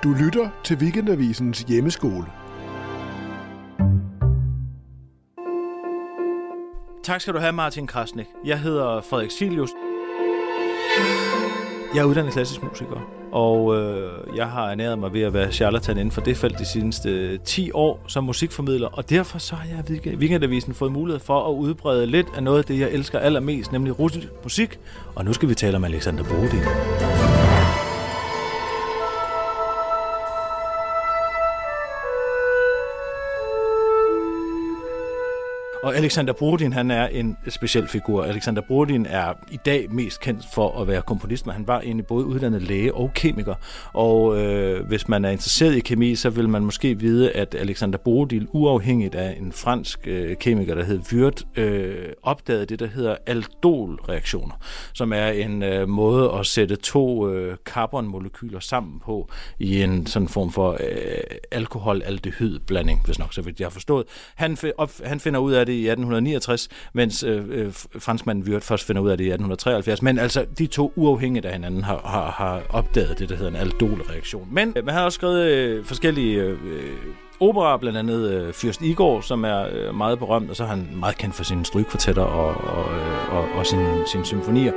Du lytter til Weekendavisens hjemmeskole. Tak skal du have, Martin Krasnik. Jeg hedder Frederik Silius. Jeg er uddannet klassisk musiker, og jeg har ernæret mig ved at være charlatan inden for det felt de seneste 10 år som musikformidler, og derfor så har jeg i Weekendavisen fået mulighed for at udbrede lidt af noget af det, jeg elsker allermest, nemlig russisk musik, og nu skal vi tale om Alexander Borodin. Og Alexander Borodin, han er en speciel figur. Alexander Borodin er i dag mest kendt for at være komponist, men han var egentlig både uddannet læge og kemiker. Og hvis man er interesseret i kemi, så vil man måske vide, at Alexander Borodin, uafhængigt af en fransk kemiker, der hed Wurth, opdagede det, der hedder aldolreaktioner, som er en måde at sætte to carbonmolekyler sammen på i en sådan form for alkohol-aldehyd-blanding, hvis nok så vidt jeg har forstået. Han finder ud af det i 1869, mens franskmanden Wurth først finder ud af det i 1873. Men altså, de to uafhængigt af hinanden har opdaget det, der hedder en aldolreaktion. Men man har også skrevet forskellige operaer, blandt andet Fyrst Igor, som er meget berømt, og så er han meget kendt for sine strygekvartetter og sine symfonier.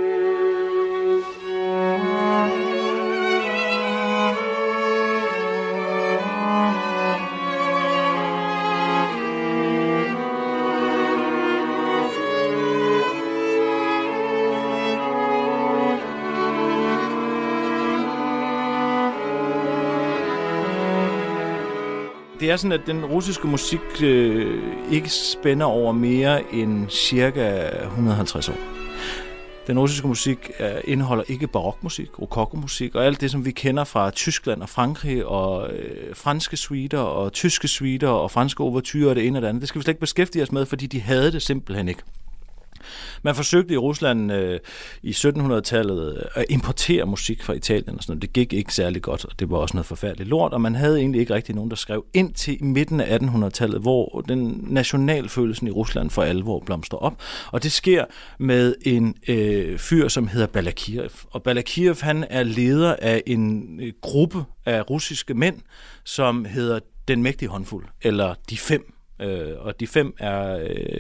Det er sådan, at den russiske musik ikke spænder over mere end cirka 150 år. Den russiske musik indeholder ikke barokmusik, rokokomusik og alt det, som vi kender fra Tyskland og Frankrig og franske suiter og tyske suiter og franske ouverturer og det ene og det andet. Det skal vi slet ikke beskæftige os med, fordi de havde det simpelthen ikke. Man forsøgte i Rusland i 1700-tallet at importere musik fra Italien og sådan noget. Det gik ikke særlig godt, og det var også noget forfærdeligt lort, og man havde egentlig ikke rigtig nogen, der skrev ind til midten af 1800-tallet, hvor den nationalfølelsen i Rusland for alvor blomster op. Og det sker med en fyr, som hedder Balakirev. Og Balakirev, han er leder af en gruppe af russiske mænd, som hedder Den Mægtige Håndfuld, eller De Fem. Og de 5 er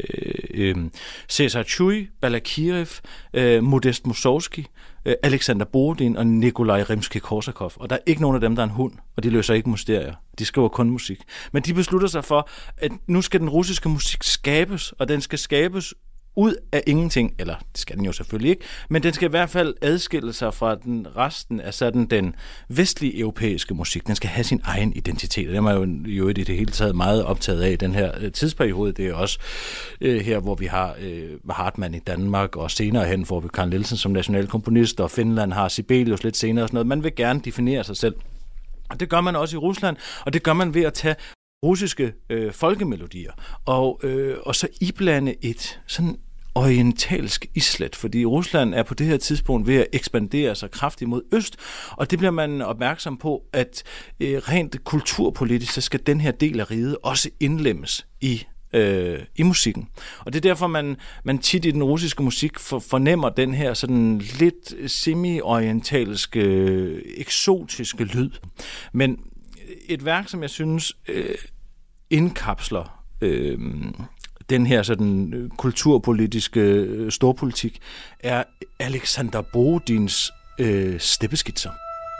Cæsar Tjuy, Balakirev, Modest Mussorgsky, Alexander Borodin og Nikolaj Rimsky-Korsakov. Og der er ikke nogen af dem, der er en hund, og de løser ikke mysterier. De skriver kun musik. Men de beslutter sig for, at nu skal den russiske musik skabes, og den skal skabes ud af ingenting, eller det skal den jo selvfølgelig ikke, men den skal i hvert fald adskille sig fra den resten af sådan den vestlige europæiske musik. Den skal have sin egen identitet, og det er man jo i det hele taget meget optaget af i den her tidsperiode. Det er også her, hvor vi har Hartmann i Danmark, og senere hen får vi Carl Nielsen som nationalkomponist, og Finland har Sibelius lidt senere og sådan noget. Man vil gerne definere sig selv. Og det gør man også i Rusland, og det gør man ved at tage russiske folkemelodier, og så iblande et sådan orientalsk islet, fordi Rusland er på det her tidspunkt ved at ekspandere sig kraftigt mod øst, og det bliver man opmærksom på, at rent kulturpolitisk, så skal den her del af riget også indlemmes i musikken. Og det er derfor, man tit i den russiske musik fornemmer den her sådan lidt semi-orientalske, eksotiske lyd. Men et værk, som jeg synes indkapsler den her sådan kulturpolitiske storpolitik, er Alexander Borodins steppeskitser.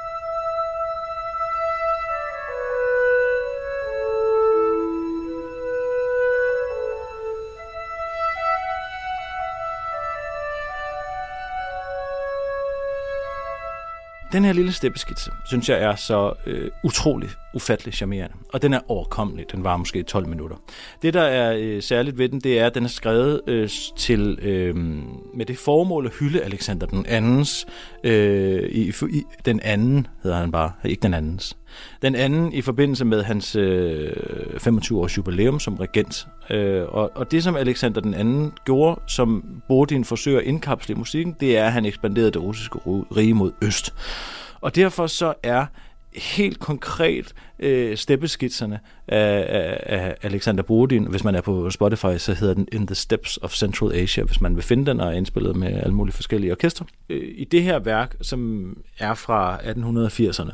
Den her lille steppeskitse, synes jeg, er så utrolig, ufattelig charmerende. Og den er overkommelig. Den var måske 12 minutter. Det, der er særligt ved den, det er, at den er skrevet med det formål at hylde Alexander den andens. Den anden hedder han bare, ikke den andens. Den anden i forbindelse med hans 25-års jubilæum som regent. Og det, som Alexander den anden gjorde, som Borodin forsøger at indkapsle i musikken, det er, at han ekspanderede det russiske rige mod øst. Og derfor så er helt konkret steppeskitserne af Alexander Bodin. Hvis man er på Spotify, så hedder den In the Steppes of Central Asia, hvis man vil finde den og er indspillet med alle mulige forskellige orkestre. I det her værk, som er fra 1880'erne,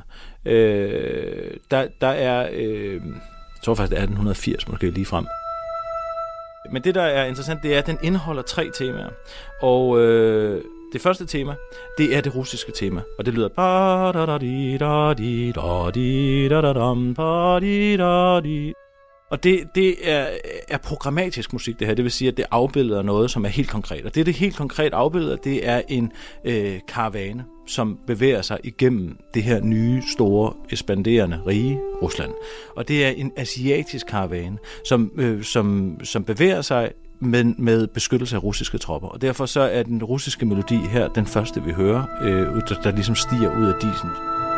der er, jeg tror faktisk det er 1880 måske lige frem. Men det, der er interessant, det er, at den indeholder 3 temaer. Og det første tema, det er det russiske tema. Og det lyder... Og det er programmatisk musik, det her. Det vil sige, at det afbilder noget, som er helt konkret. Og det helt konkret afbilder, det er en karavane, som bevæger sig igennem det her nye, store, ekspanderende, rige Rusland. Og det er en asiatisk karavane, som bevæger sig med beskyttelse af russiske tropper. Og derfor så er den russiske melodi her den første, vi hører, der ligesom stiger ud af disen.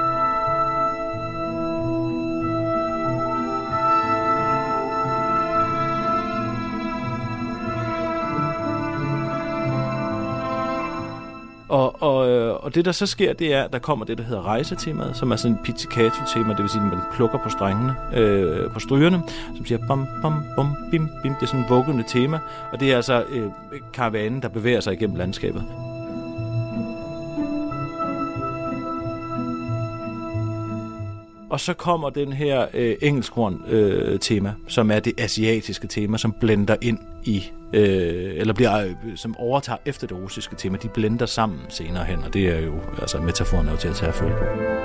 Og det, der så sker, det er, at der kommer det, der hedder rejsetemaet, som er sådan en pizzicato-tema, det vil sige, at man plukker på strengene, på strygerne, som siger bam, bam, bum, bim, bim. Det er sådan et vuggende tema, og det er altså karavanen, der bevæger sig igennem landskabet. Og så kommer den her engelskkorn-tema, som er det asiatiske tema, som blender ind i, som overtager efter det russiske tema. De blender sammen senere hen, og det er jo, altså metaforen er jo til at tage at føle på.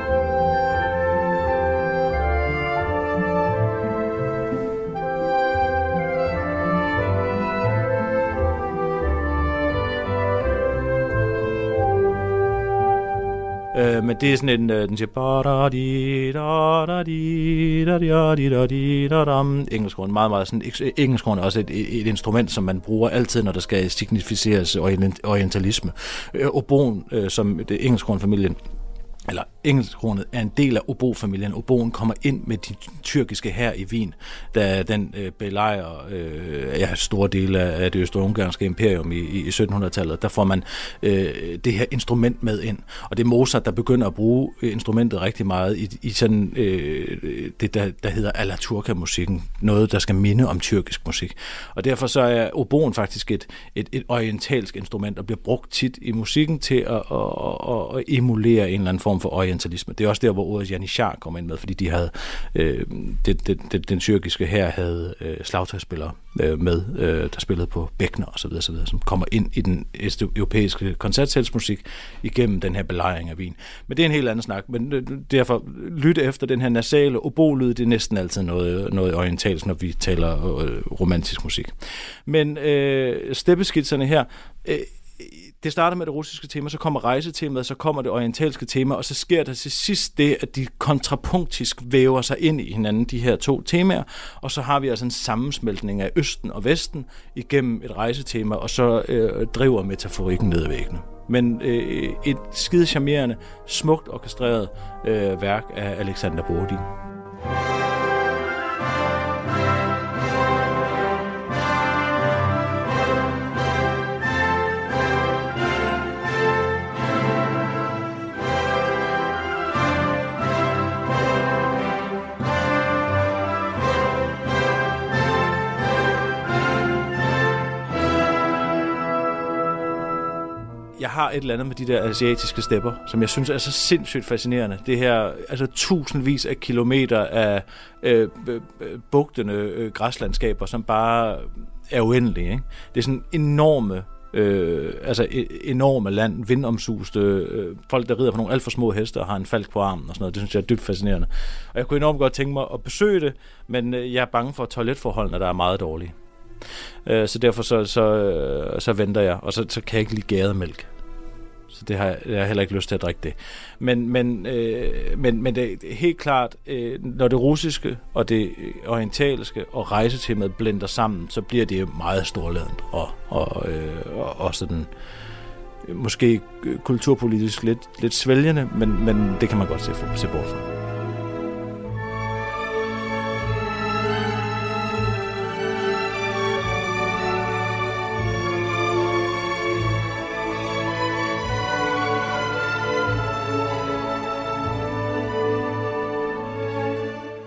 Men det er sådan en, den siger engelskkorn, meget, meget sådan, engelskkorn er også et instrument, som man bruger altid, når der skal significeres orientalisme. Oboen, som det engelskkorn-familien, eller engelskkornet er en del af obofamilien. Oboen kommer ind med de tyrkiske hær i Wien, da den belejrer store dele af det østrig-ungarske imperium i 1700-tallet. Der får man det her instrument med ind. Og det er Mozart, der begynder at bruge instrumentet rigtig meget i sådan det, der hedder alla turca-musikken. Noget, der skal minde om tyrkisk musik. Og derfor så er oboen faktisk et orientalsk instrument, og bliver brugt tit i musikken til at emulere en eller anden form for orientalisme. Det er også der, hvor ordet janitjar kommer ind med, fordi de havde den tyrkiske hær havde slagtøjsspillere med, der spillede på bækkener og så videre, som kommer ind i den europæiske koncertsalsmusik igennem den her belejring af Wien. Men det er en helt anden snak, men derfor lytte efter den her nasale obolyd, det er næsten altid noget orientalsk, når vi taler romantisk musik. Men steppeskitserne her, det starter med det russiske tema, så kommer rejsetemaet, så kommer det orientalske tema, og så sker der til sidst det, at de kontrapunktisk væver sig ind i hinanden, de her 2 temaer, og så har vi altså en sammensmeltning af Østen og Vesten igennem et rejsetema, og så driver metaforikken ned ad væggene. Men et skide charmerende, smukt orkestreret værk af Alexander Bodin. Jeg har et eller andet med de der asiatiske stepper, som jeg synes er så sindssygt fascinerende. Det her, altså tusindvis af kilometer af bugtende græslandskaber, som bare er uendelige. Ikke? Det er sådan enorme land, vindomsuste, folk, der rider på nogle alt for små heste og har en falk på armen og sådan noget. Det synes jeg er dybt fascinerende. Og jeg kunne enormt godt tænke mig at besøge det, men jeg er bange for toiletforholdene, der er meget dårlige. Så derfor så venter jeg, og så kan jeg ikke lide gæremælk. Så det har jeg heller ikke lyst til at drikke det. Men det er helt klart, når det russiske og det orientalske og rejsetemaet blender sammen, så bliver det meget storladent og sådan måske kulturpolitisk lidt svælgende, men det kan man godt se bort fra.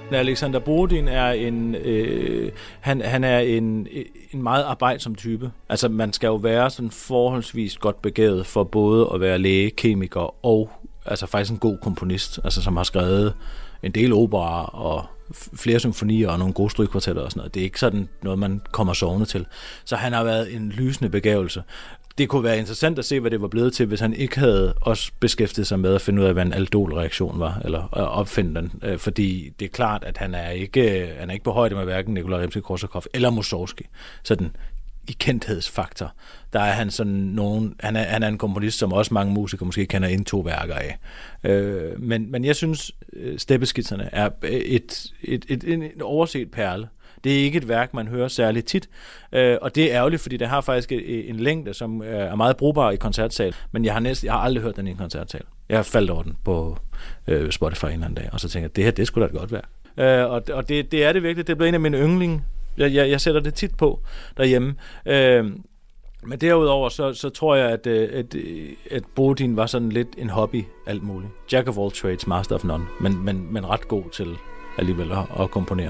Alexander Borodin er han er en meget arbejdsom type. Altså man skal jo være sådan forholdsvis godt begavet for både at være læge, kemiker og altså faktisk en god komponist, altså som har skrevet en del operaer og flere symfonier og nogle gode strygkvartetter og sådan noget. Det er ikke sådan noget, man kommer sovende til. Så han har været en lysende begævelse. Det kunne være interessant at se, hvad det var blevet til, hvis han ikke havde også beskæftiget sig med at finde ud af, hvad en aldolreaktion var, eller at opfinde den. Fordi det er klart, at han er ikke på højde med hverken Nikolaj Rimskij-Korsakov eller Mussorgsky. Sådan i kendthedsfaktor. Der er han sådan han er en komponist, som også mange musikere måske kender ind 2 værker af. Men jeg synes, Steppeskitserne er en overset perle. Det er ikke et værk, man hører særligt tit, og det er ærgerligt, fordi det har faktisk en længde, som er meget brugbar i koncertsal, men jeg har aldrig hørt den i en koncertsal. Jeg har faldet over den på Spotify en eller anden dag, og så tænker jeg, det skulle da et godt værk. Og det er det virkelig. Det blev en af mine yndlinge. Jeg sætter det tit på derhjemme. Men derudover, så tror jeg, at Borodin var sådan lidt en hobby, alt muligt. Jack of all trades, master of none, men ret god til alligevel at komponere.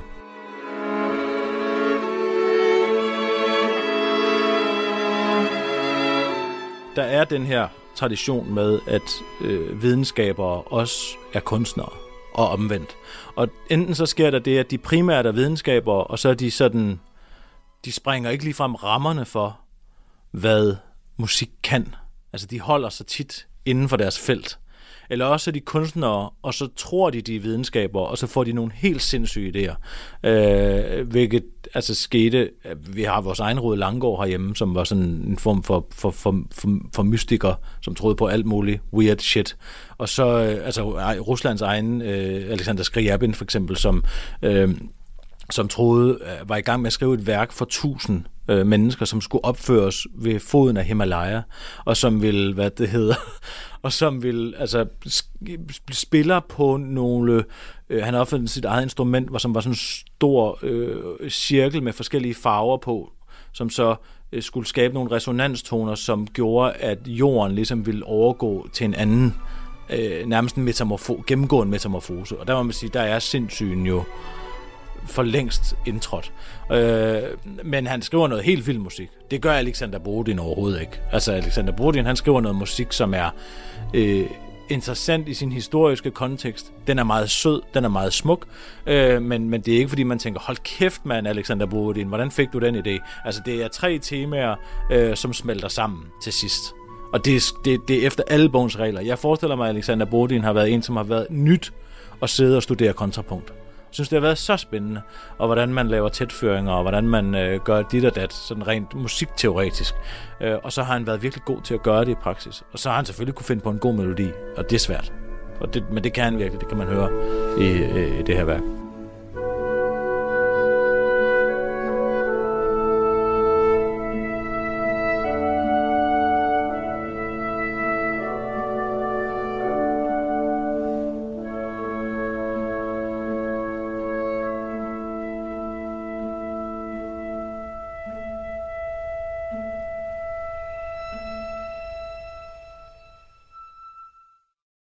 Der er den her tradition med, at videnskabere også er kunstnere og omvendt. Og enten så sker der det, at de primært er videnskabere, og så er de sådan, de springer ikke ligefrem rammerne for, hvad musik kan. Altså de holder sig tit inden for deres felt. Eller også er de kunstnere, og så tror de er videnskabere, og så får de nogle helt sindssyge idéer. Hvilket altså skete, vi har vores egen Rude Langgaard herhjemme, som var sådan en form for mystiker, som troede på alt muligt weird shit. Og så Ruslands egen Alexander Skriabin for eksempel, som troede, var i gang med at skrive et værk for 1000 mennesker, som skulle opføres ved foden af Himalaya, og som ville, og som ville, altså, spiller på nogle, han har opfundet sit eget instrument, som var sådan en stor cirkel med forskellige farver på, som så skulle skabe nogle resonanstoner, som gjorde, at jorden ligesom ville overgå til en anden, nærmest en gennemgå en metamorfose. Og der må man sige, der er sindssygen jo for længst indtrådt. Men han skriver noget helt vild musik. Det gør Alexander Borodin overhovedet ikke. Altså Alexander Borodin, han skriver noget musik, som er interessant i sin historiske kontekst. Den er meget sød, den er meget smuk, men det er ikke, fordi man tænker, hold kæft mand, Alexander Borodin, hvordan fik du den idé? Altså det er 3 temaer, som smelter sammen til sidst. Og det er efter alle bogens regler. Jeg forestiller mig, at Alexander Borodin har været en, som har været nyt at sidde og studere kontrapunkt. Jeg synes, det har været så spændende, og hvordan man laver tætføringer, og hvordan man gør dit og dat, sådan rent musikteoretisk. Og så har han været virkelig god til at gøre det i praksis. Og så har han selvfølgelig kunne finde på en god melodi, og det er svært. Men det kan han virkelig, det kan man høre i det her værk.